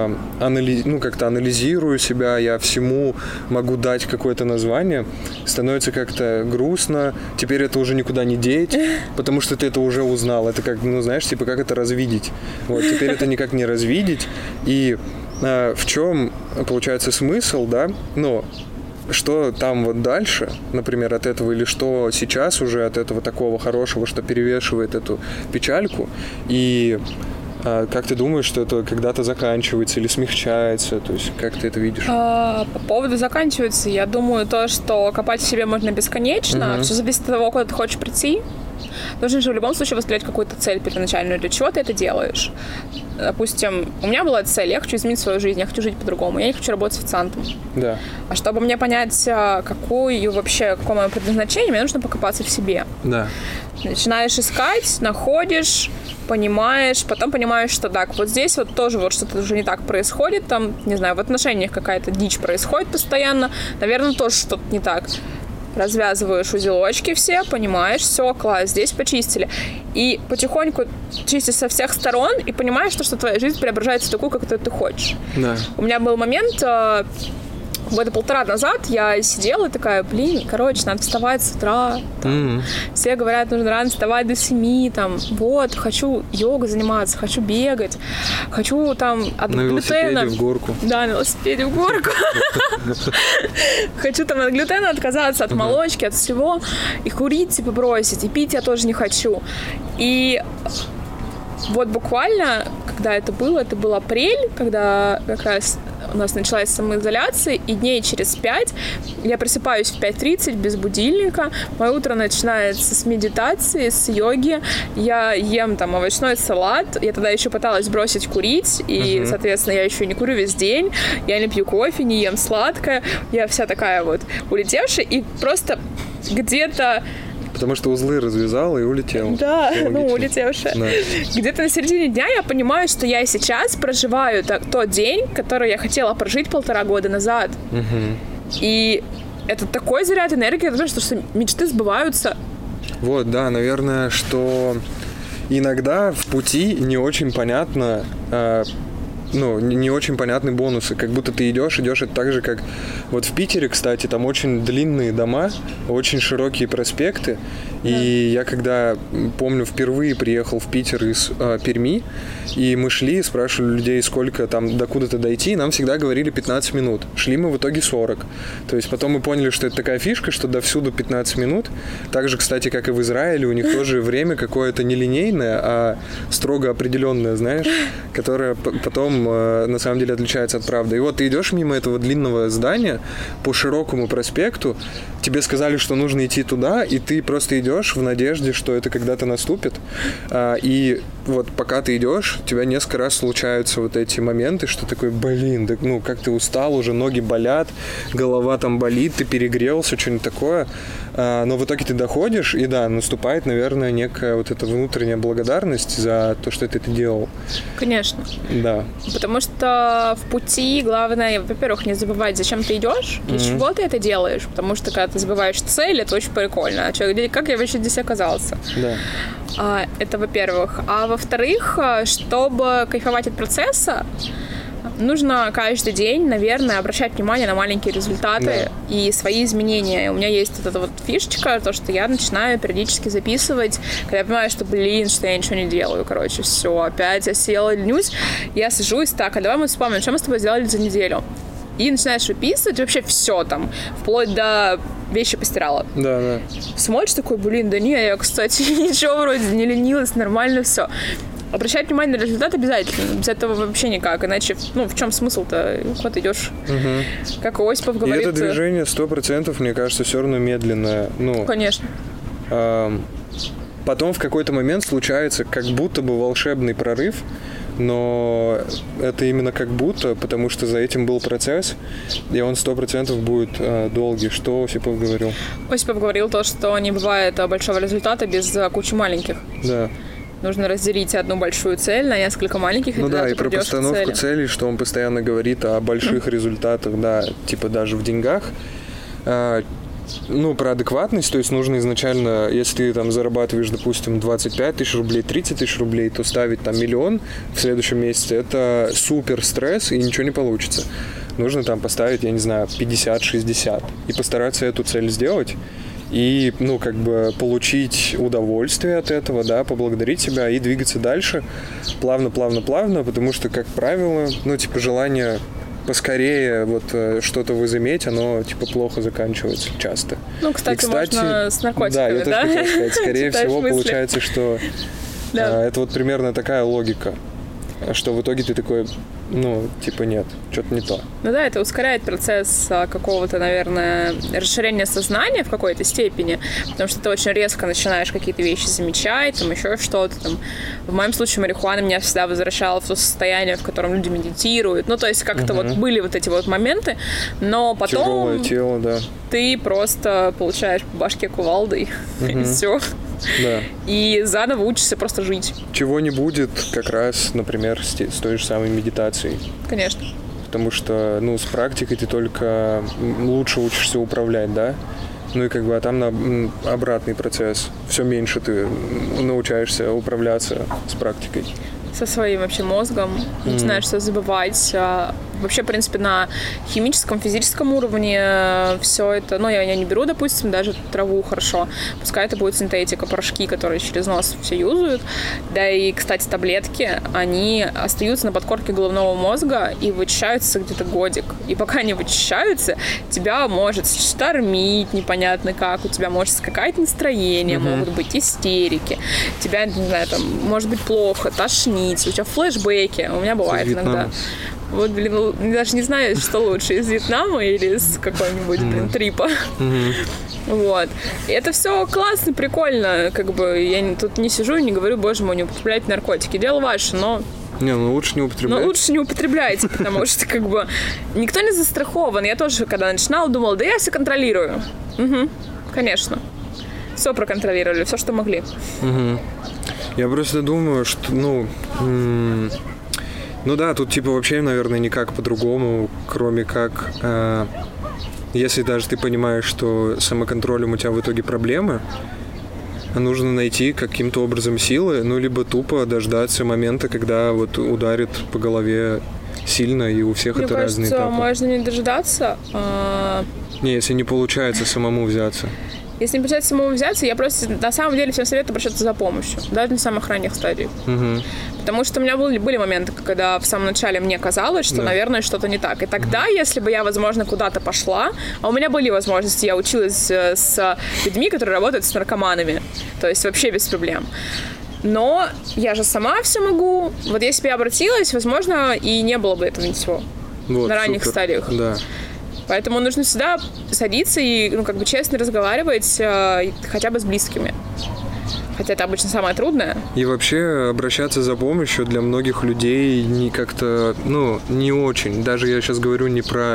как-то анализирую себя, я всему могу дать какое-то название, становится как-то грустно, теперь это уже никуда не деть, потому что ты это уже узнал, это как, ну, знаешь, типа, как это развидеть, вот, теперь это никак не развидеть, и в чем, получается, смысл, да, но что там вот дальше, например, от этого, или что сейчас уже от этого такого хорошего, что перевешивает эту печальку, и как ты думаешь, что это когда-то заканчивается или смягчается, то есть как ты это видишь? По поводу заканчивается, я думаю, то, что копать в себе можно бесконечно, все зависит от того, куда ты хочешь прийти. Нужно же в любом случае выставлять какую-то цель первоначальную, для чего ты это делаешь. допустим, у меня была цель, я хочу изменить свою жизнь, я хочу жить по-другому, я не хочу работать официантом. Да. А чтобы мне понять, какое мое предназначение, мне нужно покопаться в себе. Да. Начинаешь искать, находишь, понимаешь, потом понимаешь, что так, вот здесь вот тоже вот что-то уже не так происходит, там, не знаю, в отношениях какая-то дичь происходит постоянно, наверное, тоже что-то не так. Развязываешь узелочки все, понимаешь, все, класс, здесь почистили. И потихоньку чистишь со всех сторон и понимаешь, что твоя жизнь преображается в такую, как ты хочешь. Да. У меня был момент... Года 1,5 назад я сидела и такая, надо вставать с утра. Все говорят, нужно рано вставать до 7, хочу йогой заниматься, хочу бегать, хочу там от глютена. На велосипеде в горку. Да, на велосипеде в горку. Хочу там от глютена отказаться, от молочки, от всего. И курить бросить, и пить я тоже не хочу. И вот буквально, когда это был апрель, когда как раз у нас началась самоизоляция, и дней через 5 я просыпаюсь в 5:30 без будильника. Мое утро начинается с медитации, с йоги. Я ем овощной салат. Я тогда еще пыталась бросить курить, и, соответственно, я еще не курю весь день. Я не пью кофе, не ем сладкое. Я вся такая вот улетевшая, и просто где-то... Потому что узлы развязала и улетела. Да, улетевшая. Да. Где-то на середине дня я понимаю, что я сейчас проживаю тот день, который я хотела прожить 1,5 года назад. И это такой заряд энергии, потому что мечты сбываются. Вот, да, наверное, что иногда в пути не очень понятно... не очень понятны бонусы. Как будто ты идешь, это так же, как вот в Питере, кстати, там очень длинные дома, очень широкие проспекты. И я когда, помню, впервые приехал в Питер из Перми, и мы шли, спрашивали людей, сколько там до куда-то дойти, и нам всегда говорили 15 минут. Шли мы в итоге 40. То есть потом мы поняли, что это такая фишка, что до всюду 15 минут. Так же, кстати, как и в Израиле, у них тоже время какое-то не линейное, а строго определенное, знаешь, которое потом на самом деле отличается от правды. И вот ты идешь мимо этого длинного здания по широкому проспекту, тебе сказали, что нужно идти туда, и ты просто идешь в надежде, что это когда-то наступит. И вот пока ты идешь, у тебя несколько раз случаются вот эти моменты, что такой, как ты устал, уже ноги болят, голова там болит, ты перегрелся, что-нибудь такое. Но в итоге ты доходишь, и да, наступает, наверное, некая вот эта внутренняя благодарность за то, что ты это делал. Конечно. Да. Потому что в пути главное, во-первых, не забывать, зачем ты идешь, для чего ты это делаешь. Потому что когда ты забываешь цель, это очень прикольно. Как я вообще здесь оказался? Да. Это во-первых. А во-вторых, чтобы кайфовать от процесса, нужно каждый день, наверное, обращать внимание на маленькие результаты и свои изменения. У меня есть вот эта вот фишечка, то, что я начинаю периодически записывать, когда я понимаю, что, что я ничего не делаю, все, опять я села, ленюсь, я сажусь, так, а давай мы вспомним, что мы с тобой сделали за неделю. И начинаешь выписывать вообще все там, вплоть до вещи постирала. Да. Смотришь такой, я, кстати, ничего вроде не ленилась, нормально все. Обращать внимание на результат обязательно. Без этого вообще никак. Иначе, в чем смысл-то? Вот идешь, как Осипов говорит. И это движение 100%, мне кажется, все равно медленное. Конечно. Потом в какой-то момент случается как будто бы волшебный прорыв, но это именно как будто, потому что за этим был процесс, и он 100% будет долгий. Что Осипов говорил? Осипов говорил то, что не бывает большого результата без кучи маленьких. Да. Нужно разделить одну большую цель на несколько маленьких. И про постановку целей, что он постоянно говорит о больших результатах, да, типа даже в деньгах. Про адекватность, то есть нужно изначально, если ты там зарабатываешь, допустим, 25 тысяч рублей, 30 тысяч рублей, то ставить там 1 000 000 в следующем месяце, это супер стресс, и ничего не получится. Нужно там поставить, 50-60, и постараться эту цель сделать. И, получить удовольствие от этого, да, поблагодарить себя и двигаться дальше плавно, потому что, как правило, желание поскорее что-то возыметь, оно, плохо заканчивается часто. Кстати, можно с наркотиками, да? Я тоже хотел сказать, скорее всего, получается, что это вот примерно такая логика, что в итоге ты такой, нет, что-то не то. Ну да, это ускоряет процесс какого-то, наверное, расширения сознания в какой-то степени, потому что ты очень резко начинаешь какие-то вещи замечать, там еще что-то. Там. В моем случае марихуана меня всегда возвращала в то состояние, в котором люди медитируют. Ну, то есть как-то вот были вот эти вот моменты, но потом... Тяжелое тело, да. Ты просто получаешь по башке кувалдой, и все. Да. И заново учишься просто жить. Чего не будет как раз, например, с той же самой медитацией. Конечно. Потому что, с практикой ты только лучше учишься управлять, да? Ну и а там обратный процесс. Все меньше ты научаешься управляться с практикой. Со своим вообще мозгом. Начинаешь все забывать. Вообще, в принципе, на химическом, физическом уровне все это... я не беру, допустим, даже траву хорошо. Пускай это будет синтетика, порошки, которые через нос все юзают. Да и, кстати, таблетки, они остаются на подкорке головного мозга и вычищаются где-то годик. И пока не вычищаются, тебя может штормить непонятно как, у тебя может скакать настроение, могут быть истерики, тебя, не знаю, там, может быть плохо, тошнить, у тебя флешбеки. У меня бывает иногда. Вот, даже не знаю, что лучше, из Вьетнама или из какой-нибудь, трипа. Вот. И это все классно, прикольно. Я тут не сижу и не говорю, боже мой, не употребляйте наркотики. Дело ваше, но... лучше не употребляйте. Лучше не употребляйте, потому что, никто не застрахован. Я тоже, когда начинала, думала, да я все контролирую. Конечно. Все проконтролировали, все, что могли. Я просто думаю, что, тут вообще, наверное, никак по-другому, кроме как, если даже ты понимаешь, что с самоконтролем у тебя в итоге проблемы, нужно найти каким-то образом силы, либо тупо дождаться момента, когда ударит по голове сильно, и у всех это разные этапы. Мне кажется, можно не дождаться. Не, если не получается самому взяться. Если не получается самому взяться, я просто на самом деле всем советую обращаться за помощью, даже на самых ранних стадиях. Потому что у меня были моменты, когда в самом начале мне казалось, что, наверное, что-то не так. И тогда, если бы я, возможно, куда-то пошла, а у меня были возможности, я училась с людьми, которые работают с наркоманами, то есть вообще без проблем. Но я же сама все могу. Вот если бы я обратилась, возможно, и не было бы этого ничего на ранних стадиях. Да. Поэтому нужно всегда садиться и, честно разговаривать хотя бы с близкими. Хотя это обычно самое трудное. И вообще обращаться за помощью для многих людей не очень. Даже я сейчас говорю не про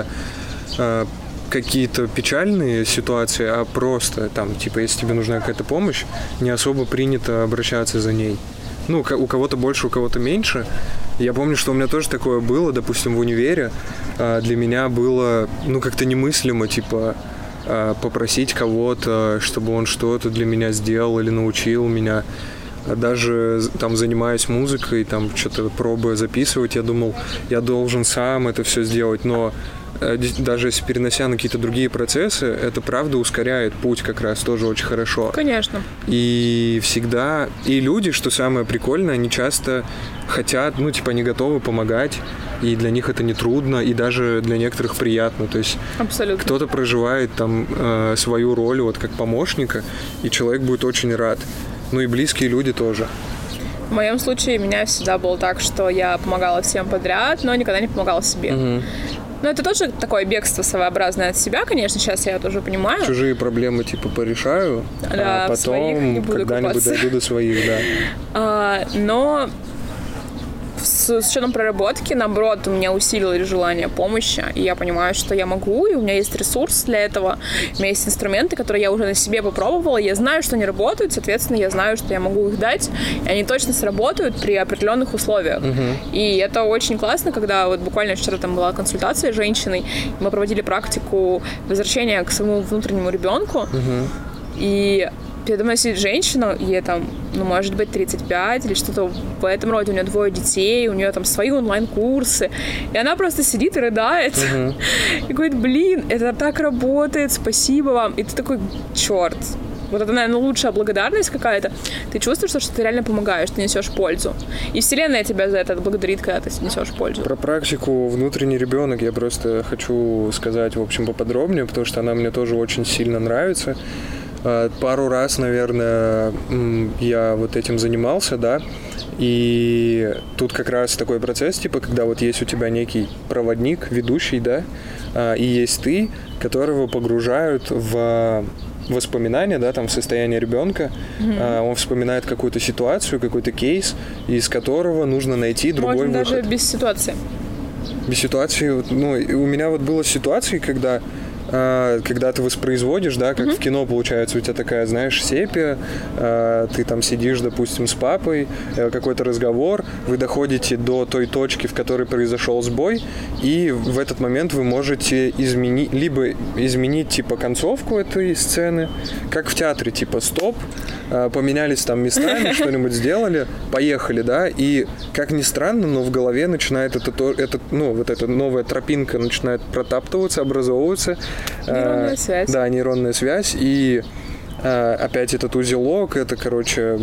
какие-то печальные ситуации, а просто если тебе нужна какая-то помощь, не особо принято обращаться за ней. У кого-то больше, у кого-то меньше. Я помню, что у меня тоже такое было, допустим, в универе. Для меня было, как-то немыслимо, попросить кого-то, чтобы он что-то для меня сделал или научил меня. Даже занимаясь музыкой, что-то пробуя записывать, я думал, я должен сам это все сделать, но даже если перенося на какие-то другие процессы, это правда ускоряет путь как раз тоже очень хорошо. Конечно. И всегда, и люди, что самое прикольное, они часто хотят, они готовы помогать, и для них это не трудно, и даже для некоторых приятно. То есть абсолютно. Кто-то проживает свою роль как помощника, и человек будет очень рад. И близкие люди тоже. В моем случае у меня всегда было так, что я помогала всем подряд, но никогда не помогала себе. Это тоже такое бегство своеобразное от себя, конечно, сейчас я это уже понимаю. Чужие проблемы порешаю, да, а потом когда-нибудь дойду до своих, да. Но с учетом проработки, наоборот, у меня усилилось желание помощи, и я понимаю, что я могу, и у меня есть ресурс для этого, у меня есть инструменты, которые я уже на себе попробовала, я знаю, что они работают, соответственно, я знаю, что я могу их дать, и они точно сработают при определенных условиях. И это очень классно, когда буквально вчера была консультация с женщиной, мы проводили практику возвращения к своему внутреннему ребенку, и передо мной сидит женщина, ей может быть 35 или что-то в этом роде, у нее 2 детей, у нее свои онлайн-курсы, и она просто сидит и рыдает, и говорит, это так работает, спасибо вам, и ты такой, черт, это, наверное, лучшая благодарность какая-то, ты чувствуешь, что ты реально помогаешь, ты несешь пользу, и вселенная тебя за это благодарит, когда ты несешь пользу. Про практику «Внутренний ребенок» я просто хочу сказать, в общем, поподробнее, потому что она мне тоже очень сильно нравится. Пару раз, наверное, я вот этим занимался, да, и тут как раз такой процесс, типа, когда вот есть у тебя некий проводник, ведущий, да, и есть ты, которого погружают в воспоминания, да, там, в состояние ребенка. Он вспоминает какую-то ситуацию, какой-то кейс, из которого нужно найти другой выход. Можно даже без ситуации. Без ситуации, ну, у меня вот было ситуации, когда ты воспроизводишь, да, как в кино получается, у тебя такая, знаешь, сепия, ты там сидишь, допустим, с папой, какой-то разговор, вы доходите до той точки, в которой произошел сбой, и в этот момент вы можете изменить, типа, концовку этой сцены, как в театре, типа, стоп, поменялись там местами, что-нибудь сделали, поехали, да, и, как ни странно, но в голове начинает вот эта новая тропинка начинает протаптываться, образовываться. Нейронная связь. Да, нейронная связь, и опять этот узелок, это, короче,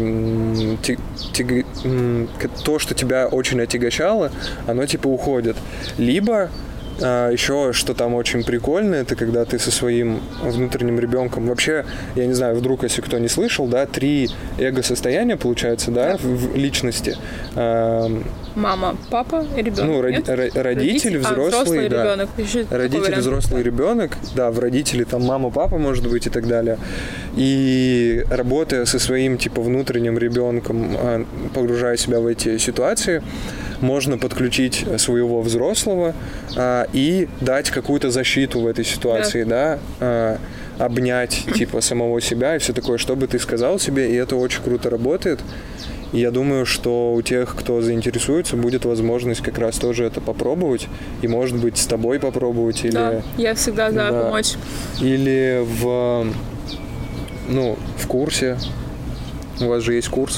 то, что тебя очень отягощало, оно, типа, уходит. Либо еще, что там очень прикольно, это когда ты со своим внутренним ребенком, вообще, я не знаю, вдруг, если кто не слышал, да, 3 эго-состояния, получается, да, в личности. Мама, папа и ребенок. Ну, родитель, взрослый, да. Ребенок. Родитель, взрослый ребенок, да, в родители там мама, папа, может быть, и так далее. И работая со своим, типа, внутренним ребенком, погружая себя в эти ситуации, можно подключить своего взрослого и дать какую-то защиту в этой ситуации, да, обнять, типа, самого себя и все такое, что бы ты сказал себе, и это очень круто работает. И я думаю, что у тех, кто заинтересуется, будет возможность как раз тоже это попробовать. И, может быть, с тобой попробовать. Или, да, я всегда за помочь. Или в курсе. У вас же есть курс.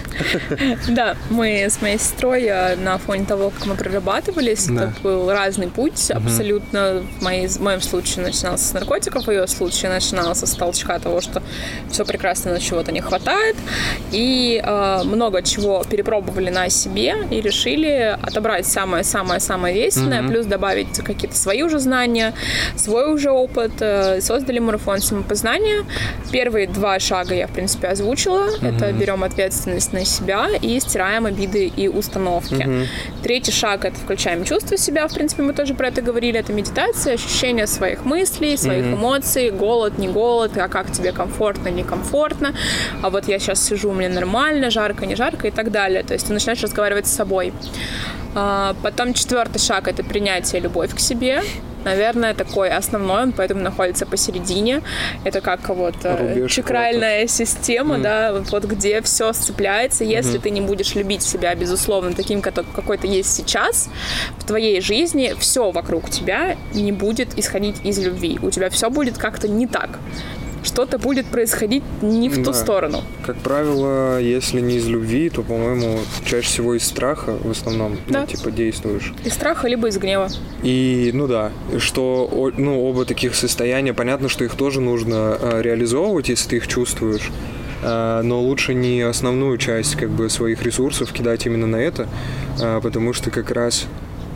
Да, мы с моей сестрой на фоне того, как мы прорабатывались, это был разный путь. Абсолютно в моем случае начинался с наркотиков, в ее случае начинался с толчка того, что все прекрасно, но чего-то не хватает. И много чего перепробовали на себе и решили отобрать самое-самое-самое действенное, плюс добавить какие-то свои уже знания, свой уже опыт. Создали марафон самопознания. Первые 2 шага я, в принципе, озвучила. Это берем ответственность на себя и стираем обиды и установки. 3-й шаг — это включаем чувство себя. В принципе, мы тоже про это говорили. Это медитация, ощущение своих мыслей, своих эмоций, голод, не голод, а как тебе комфортно, некомфортно. А вот я сейчас сижу, мне нормально, жарко, не жарко и так далее. То есть ты начинаешь разговаривать с собой. Потом 4-й шаг — это принятие, любовь к себе. Наверное, такой основной, он поэтому находится посередине. Это как вот чакральная система, да, вот где все сцепляется. Если ты не будешь любить себя, безусловно, таким, какой ты есть сейчас, в твоей жизни все вокруг тебя не будет исходить из любви. У тебя все будет как-то не так. Что-то будет происходить не в ту сторону. Как правило, если не из любви, то, по-моему, чаще всего из страха в основном, действуешь. Из страха, либо из гнева. И, что, оба таких состояния, понятно, что их тоже нужно реализовывать, если ты их чувствуешь, но лучше не основную часть, своих ресурсов кидать именно на это, потому что как раз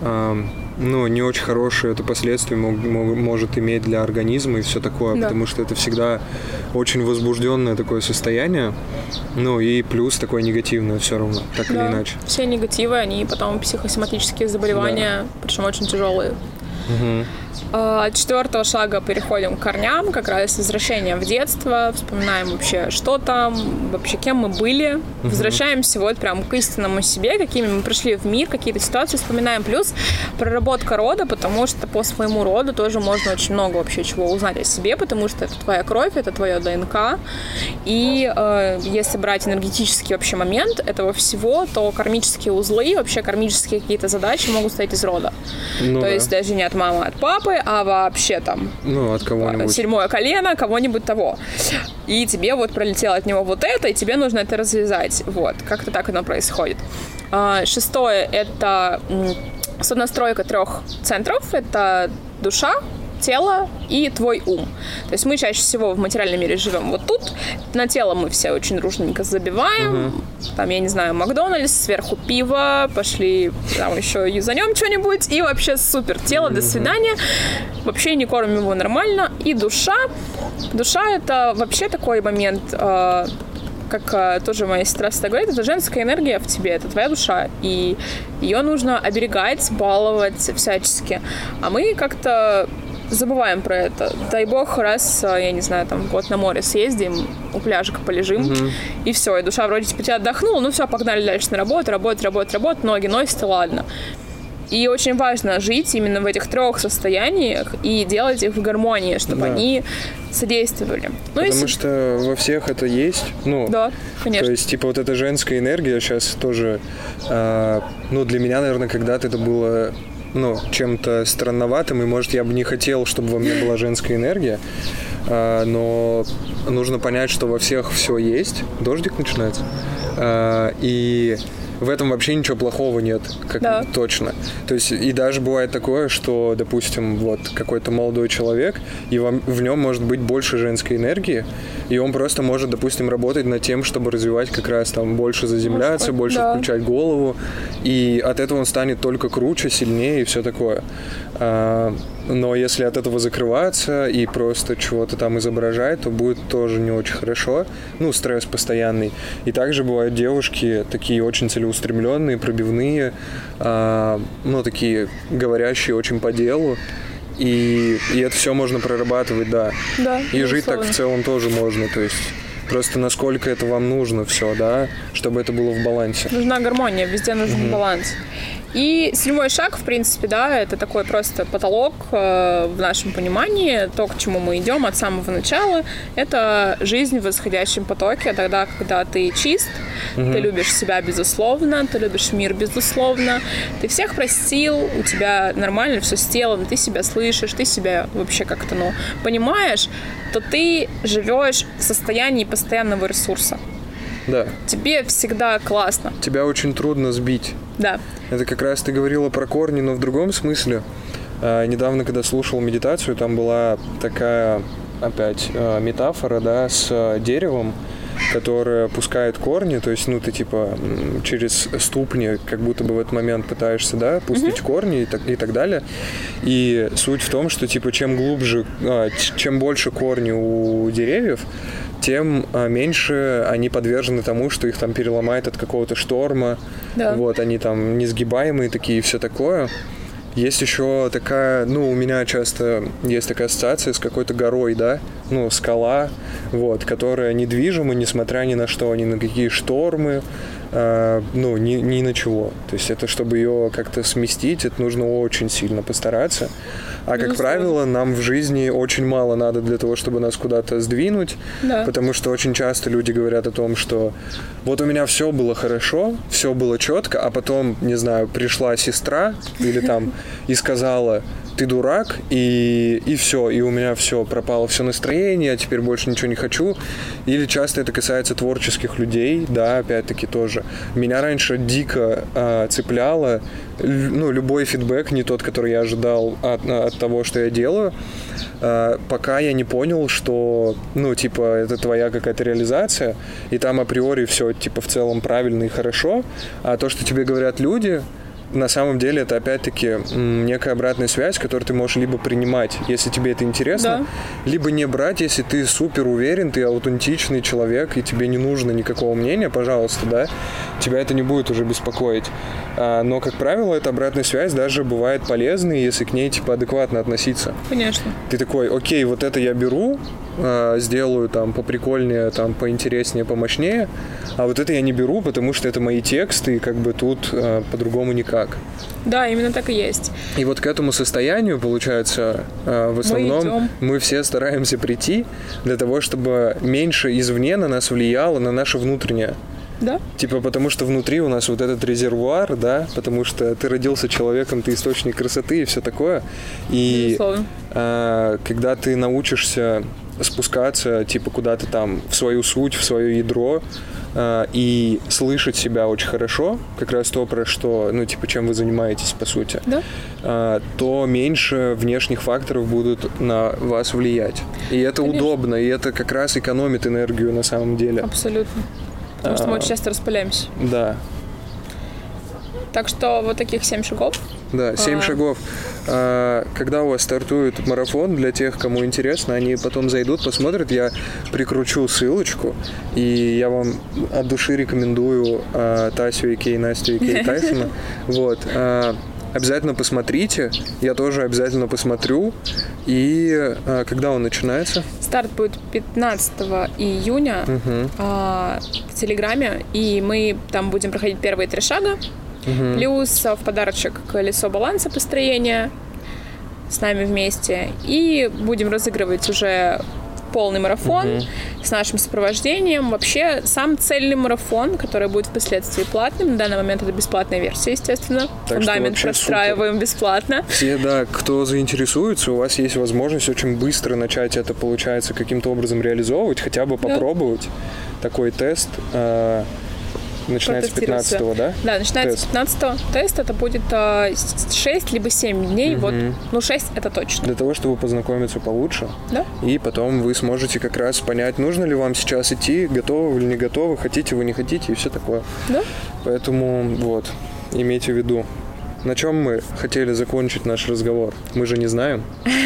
не очень хорошие это последствия может иметь для организма и все такое, потому что это всегда очень возбужденное такое состояние, и плюс такое негативное все равно, так или иначе. Все негативы, они потом психосоматические заболевания, причем очень тяжелые. От 4-го шага переходим к корням, как раз возвращение в детство, вспоминаем вообще, что там, вообще кем мы были, возвращаемся вот прям к истинному себе, какими мы пришли в мир, какие-то ситуации вспоминаем, плюс проработка рода, потому что по своему роду тоже можно очень много вообще чего узнать о себе, потому что это твоя кровь, это твое ДНК, и если брать энергетический вообще момент этого всего, то кармические узлы, вообще кармические какие-то задачи могут стоять из рода, то есть даже не от мамы, а от папы, а вообще там от кого-нибудь. 7-е колено, кого-нибудь того. И тебе вот пролетело от него вот это, и тебе нужно это развязать. Вот, как-то так оно происходит. 6-е — это сонастройка 3 центров. Это душа, тело и твой ум. То есть мы чаще всего в материальном мире живем вот тут. На тело мы все очень дружненько забиваем. Там, я не знаю, Макдональдс, сверху пиво, пошли там еще юзанем что-нибудь, и вообще супер. Тело, до свидания. Вообще не кормим его нормально. И душа Душа — это вообще такой момент, как тоже моя сестра всегда говорит, это женская энергия в тебе, это твоя душа, и ее нужно оберегать, баловать всячески. А мы как-то забываем про это. Дай бог, раз, я не знаю, там, год на море съездим, у пляжика полежим, и все, и душа вроде теперь отдохнула, ну все, погнали дальше на работу, работать, ноги носят, и ладно. И очень важно жить именно в этих 3 состояниях и делать их в гармонии, чтобы они содействовали. Ну, потому что во всех это есть. Да, конечно. То есть, типа, вот эта женская энергия сейчас тоже, для меня, наверное, когда-то это было, чем-то странноватым, и, может, я бы не хотел, чтобы во мне была женская энергия, но нужно понять, что во всех все есть. Дождик начинается. И в этом вообще ничего плохого нет, точно. То есть, и даже бывает такое, что, допустим, вот какой-то молодой человек, и в нем может быть больше женской энергии, и он просто может, допустим, работать над тем, чтобы развивать как раз там больше заземляться, больше включать голову, и от этого он станет только круче, сильнее и все такое. Но если от этого закрываться и просто чего-то там изображать, то будет тоже не очень хорошо. Стресс постоянный. И также бывают девушки такие очень целеустремленные, пробивные, такие говорящие очень по делу. И это все можно прорабатывать, да. И жить так в целом тоже можно, то есть просто насколько это вам нужно все, да, чтобы это было в балансе. Нужна гармония, везде нужен баланс. И 7-й шаг, в принципе, да, это такой просто потолок в нашем понимании, то, к чему мы идем от самого начала, это жизнь в восходящем потоке, тогда, когда ты чист, ты любишь себя безусловно, ты любишь мир безусловно, ты всех простил, у тебя нормально все с телом, ты себя слышишь, ты себя вообще как-то, понимаешь, то ты живешь в состоянии постоянного ресурса. Да. Тебе всегда классно. Тебя очень трудно сбить. Да. Это как раз ты говорила про корни, но в другом смысле. Недавно, когда слушал медитацию, там была такая, опять, метафора, да, с деревом, которое пускает корни, то есть, ты типа через ступни, как будто бы в этот момент пытаешься, да, пустить корни и так далее. И суть в том, что, типа, чем глубже, чем больше корни у деревьев, тем меньше они подвержены тому, что их там переломает от какого-то шторма. Да. Вот, они там несгибаемые такие и все такое. Есть еще такая, у меня часто есть такая ассоциация с какой-то горой, да, скала, вот, которая недвижима, несмотря ни на что, ни на какие штормы, ни на чего. То есть это, чтобы ее как-то сместить, это нужно очень сильно постараться. А, как правило, нам в жизни очень мало надо для того, чтобы нас куда-то сдвинуть, потому что очень часто люди говорят о том, что вот у меня все было хорошо, все было четко, а потом, не знаю, пришла сестра или там и сказала: ты дурак, и все, и у меня все, пропало все настроение, я теперь больше ничего не хочу. Или часто это касается творческих людей, да, опять-таки тоже. Меня раньше дико цепляло, любой фидбэк, не тот, который я ожидал от того, что я делаю, пока я не понял, что, это твоя какая-то реализация, и там априори все, в целом правильно и хорошо, а то, что тебе говорят люди, на самом деле это опять-таки некая обратная связь, которую ты можешь либо принимать, если тебе это интересно, либо не брать, если ты супер уверен, ты аутентичный человек, и тебе не нужно никакого мнения, пожалуйста, да, тебя это не будет уже беспокоить. Но, как правило, эта обратная связь даже бывает полезной, если к ней, адекватно относиться. Конечно. Ты такой: окей, вот это я беру, сделаю там поприкольнее, там поинтереснее, помощнее, а вот это я не беру, потому что это мои тексты, и как бы тут по-другому никак. Да, именно так и есть. И вот к этому состоянию, получается, в основном мы все стараемся прийти для того, чтобы меньше извне на нас влияло на наше внутреннее. Да. Потому что внутри у нас вот этот резервуар, да, потому что ты родился человеком, ты источник красоты и все такое. И когда ты научишься спускаться, куда-то там в свою суть, в свое ядро, и слышать себя очень хорошо, как раз то, про что, чем вы занимаетесь, по сути, то меньше внешних факторов будут на вас влиять. И это удобно, и это как раз экономит энергию на самом деле. Абсолютно. Потому что мы очень часто распыляемся. Да. Так что вот таких 7 шагов. Да, 7 шагов. Когда у вас стартует марафон, для тех, кому интересно, они потом зайдут, посмотрят, я прикручу ссылочку, и я вам от души рекомендую Тасю и Настю и Тайсона. Вот. Обязательно посмотрите, я тоже обязательно посмотрю. И когда он начинается? Старт будет 15 июня в Телеграме, и мы там будем проходить первые 3 шага. Плюс в подарочек колесо баланса построения с нами вместе. И будем разыгрывать уже полный марафон с нашим сопровождением. Вообще, сам цельный марафон, который будет впоследствии платным. На данный момент это бесплатная версия, естественно. Так фундамент простраиваем супер. Бесплатно. Все, да, кто заинтересуется, у вас есть возможность очень быстро начать это, получается, каким-то образом реализовывать, хотя бы попробовать такой тест. Начинается с 15-го, да? Да, начинается с 15-го. Тест это будет 6 либо 7 дней. Вот, 6 это точно. Для того, чтобы познакомиться получше. Да. И потом вы сможете как раз понять, нужно ли вам сейчас идти, готовы вы или не готовы, хотите вы, не хотите и все такое. Да. Поэтому вот, имейте в виду. На чем мы хотели закончить наш разговор? Мы же не знаем.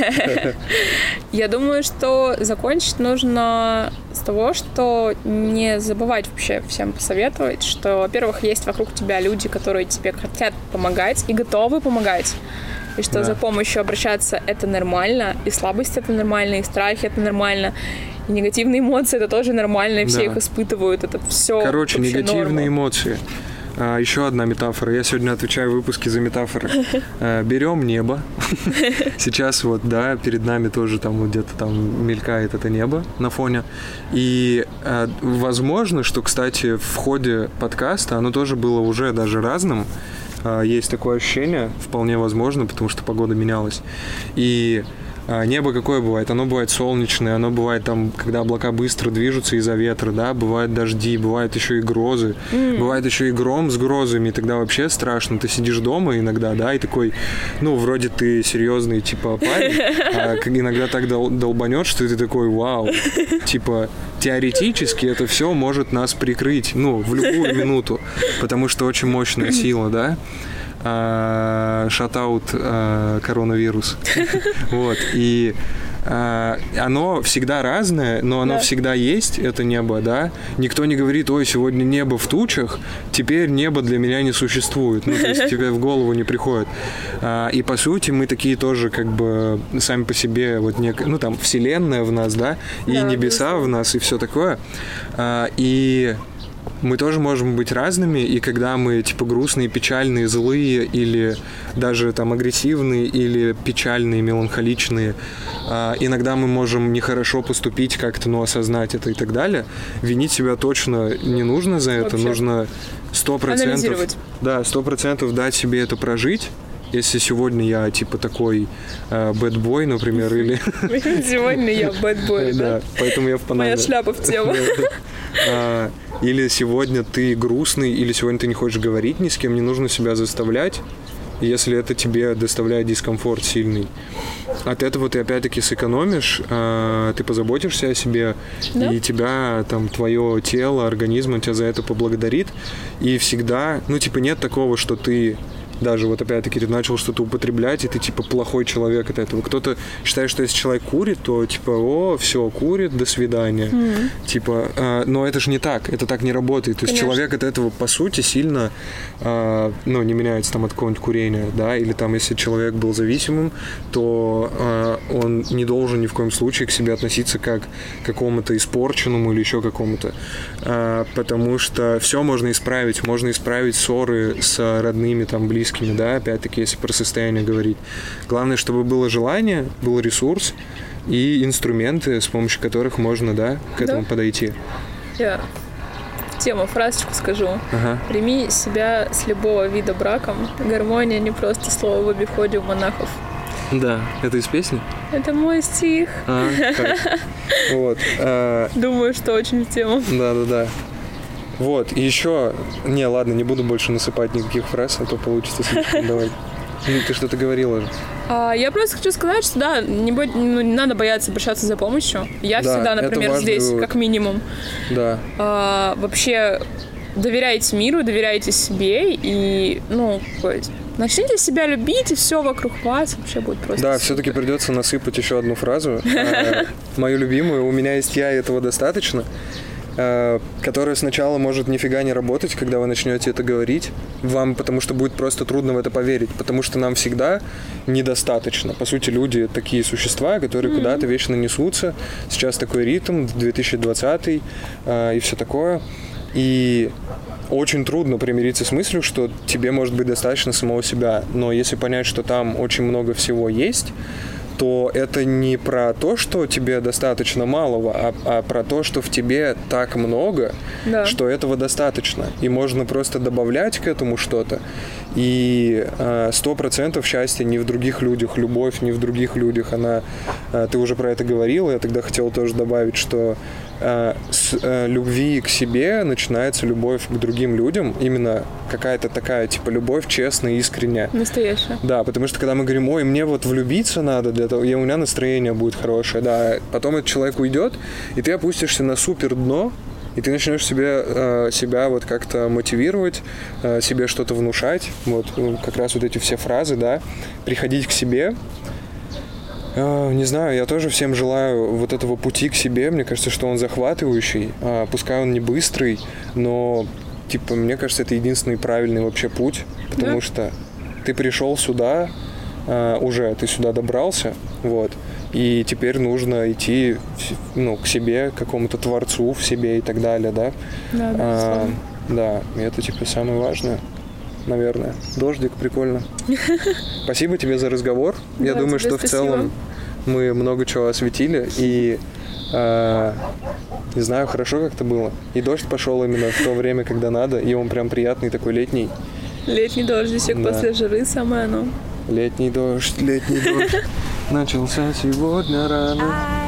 Я думаю, что закончить нужно с того, что не забывать вообще всем посоветовать, что, во-первых, есть вокруг тебя люди, которые тебе хотят помогать и готовы помогать. И что за помощью обращаться это нормально, и слабость это нормально, и страхи это нормально, и негативные эмоции это тоже нормально, и все их испытывают, это все. Короче, негативные эмоции. Еще одна метафора. Я сегодня отвечаю в выпуске за метафоры. Берем небо. Сейчас вот, да, перед нами тоже там вот где-то там мелькает это небо на фоне. И возможно, что, кстати, в ходе подкаста оно тоже было уже даже разным. Есть такое ощущение, вполне возможно, потому что погода менялась. И небо какое бывает? Оно бывает солнечное, оно бывает там, когда облака быстро движутся из-за ветра, да, бывают дожди, бывают еще и грозы, бывает еще и гром с грозами, и тогда вообще страшно. Ты сидишь дома иногда, да, и такой, ну, вроде ты серьезный, типа, парень, а иногда так долбанет, что ты такой, вау, типа, теоретически это все может нас прикрыть, ну, в любую минуту, потому что очень мощная сила, да. Шатаут коронавирус. Вот. И оно всегда разное, но оно всегда есть, это небо, да. Никто не говорит, ой, сегодня небо в тучах, теперь небо для меня не существует. Ну, то есть тебе в голову не приходит. И по сути мы такие тоже как бы сами по себе, вот ну там вселенная в нас, да, и небеса в нас, и все такое. И мы тоже можем быть разными, и когда мы, типа, грустные, печальные, злые, или даже там агрессивные, или печальные, меланхоличные, иногда мы можем нехорошо поступить как-то, ну, осознать это и так далее. Винить себя точно не нужно за это, вообще. Нужно 100%, да, 100% дать себе это прожить. Если сегодня я, типа, такой бэдбой, например, или... Сегодня я бэдбой, да? Да, поэтому я в Панаме. Моя шляпа в тему. Или сегодня ты грустный, или сегодня ты не хочешь говорить ни с кем, не нужно себя заставлять, если это тебе доставляет дискомфорт сильный. От этого ты опять-таки сэкономишь, ты позаботишься о себе, и тебя, там, твое тело, организм, он тебя за это поблагодарит. И всегда, ну, типа, нет такого, что ты... Даже вот опять-таки ты начал что-то употреблять, и ты типа плохой человек от этого. Кто-то считает, что если человек курит, то типа, все, курит, до свидания. Типа, но это же не так, это так не работает. То есть человек от этого по сути сильно, ну, не меняется там от какого-нибудь курения, да, или там если человек был зависимым, то он не должен ни в коем случае к себе относиться как к какому-то испорченному или еще какому-то. Потому что все можно исправить ссоры с родными, там, близкими, да, опять-таки, если про состояние говорить. Главное, чтобы было желание, был ресурс и инструменты, с помощью которых можно, да, к этому подойти. Я в тему фразочку скажу. Прими себя с любого вида браком. Гармония не просто слово в обиходе у монахов. Да, это из песни? Это мой стих. Вот. Думаю, что очень в тему. Да. Вот, и еще... Не, ладно, не буду больше насыпать никаких фраз, а то получится слишком. Давай. Ну, ты что-то говорила же. Я просто хочу сказать, что да, не надо бояться обращаться за помощью. Я всегда, например, здесь, как минимум. Да. Вообще, доверяйте миру, доверяйте себе и, ну, Начните себя любить, и все вокруг вас вообще будет просто Да, супер. все-таки придется насыпать еще одну фразу. Мою любимую. У меня есть я, и этого достаточно. Которая сначала может нифига не работать, когда вы начнете это говорить вам, потому что будет просто трудно в это поверить, потому что нам всегда недостаточно. По сути, люди такие существа, которые куда-то вечно несутся. Сейчас такой ритм, 2020 и все такое. И очень трудно примириться с мыслью, что тебе может быть достаточно самого себя. Но если понять, что там очень много всего есть, то это не про то, что тебе достаточно малого, а про то, что в тебе так много, да. что этого достаточно. И можно просто добавлять к этому что-то. И 100% счастья не в других людях, любовь не в других людях. Ты уже про это говорила, я тогда хотел тоже добавить, что с любви к себе начинается любовь к другим людям. Именно какая-то такая, типа, любовь честная, искренняя. Настоящая. Да, потому что когда мы говорим, ой, мне вот влюбиться надо для того, и у меня настроение будет хорошее, да, потом этот человек уйдет, и ты опустишься на супер дно, и ты начнешь себя вот как-то мотивировать, себе что-то внушать, вот как раз вот эти все фразы, да, приходить к себе. Не знаю, я тоже всем желаю вот этого пути к себе. Мне кажется, что он захватывающий. Пускай он не быстрый, но, типа, мне кажется, это единственный правильный вообще путь. Потому что ты пришел сюда, ты сюда добрался, вот. И теперь нужно идти, к себе, к какому-то творцу в себе и так далее, да? Да, да, и это, типа, самое важное. Наверное. Дождик, прикольно. Спасибо тебе за разговор. Я думаю, что в целом мы много чего осветили. И, не знаю, хорошо как-то было. И дождь пошел именно в то время, когда надо. И он прям приятный, такой летний. Летний дождичек после жары самое оно. Летний дождь начался сегодня рано.